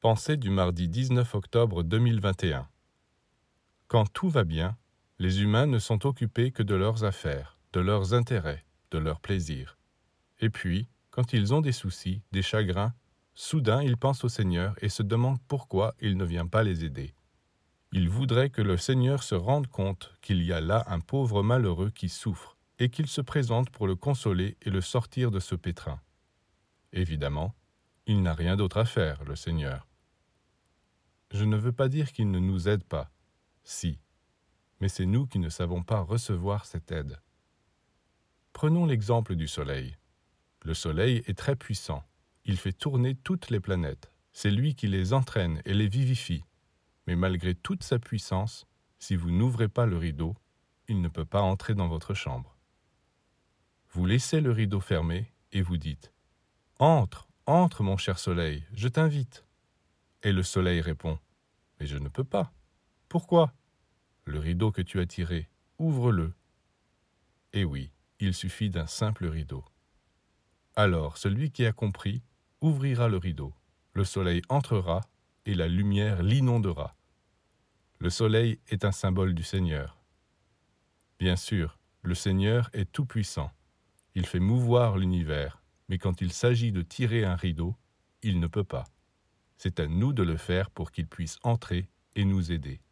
Pensée du mardi 19 octobre 2021. Quand tout va bien, les humains ne sont occupés que de leurs affaires, de leurs intérêts, de leurs plaisirs. Et puis, quand ils ont des soucis, des chagrins, soudain ils pensent au Seigneur et se demandent pourquoi il ne vient pas les aider. Ils voudraient que le Seigneur se rende compte qu'il y a là un pauvre malheureux qui souffre et qu'il se présente pour le consoler et le sortir de ce pétrin. Évidemment, il n'a rien d'autre à faire, le Seigneur. Je ne veux pas dire qu'il ne nous aide pas. Si. Mais c'est nous qui ne savons pas recevoir cette aide. Prenons l'exemple du Soleil. Le Soleil est très puissant. Il fait tourner toutes les planètes. C'est lui qui les entraîne et les vivifie. Mais malgré toute sa puissance, si vous n'ouvrez pas le rideau, il ne peut pas entrer dans votre chambre. Vous laissez le rideau fermé et vous dites « Entre, entre mon cher Soleil, je t'invite ». Et le Soleil répond « Mais je ne peux pas. Pourquoi ? Le rideau que tu as tiré, ouvre-le. » Et oui, il suffit d'un simple rideau. Alors celui qui a compris ouvrira le rideau. Le soleil entrera et la lumière l'inondera. Le soleil est un symbole du Seigneur. Bien sûr, le Seigneur est tout-puissant. Il fait mouvoir l'univers, mais quand il s'agit de tirer un rideau, il ne peut pas. C'est à nous de le faire pour qu'il puisse entrer et nous aider.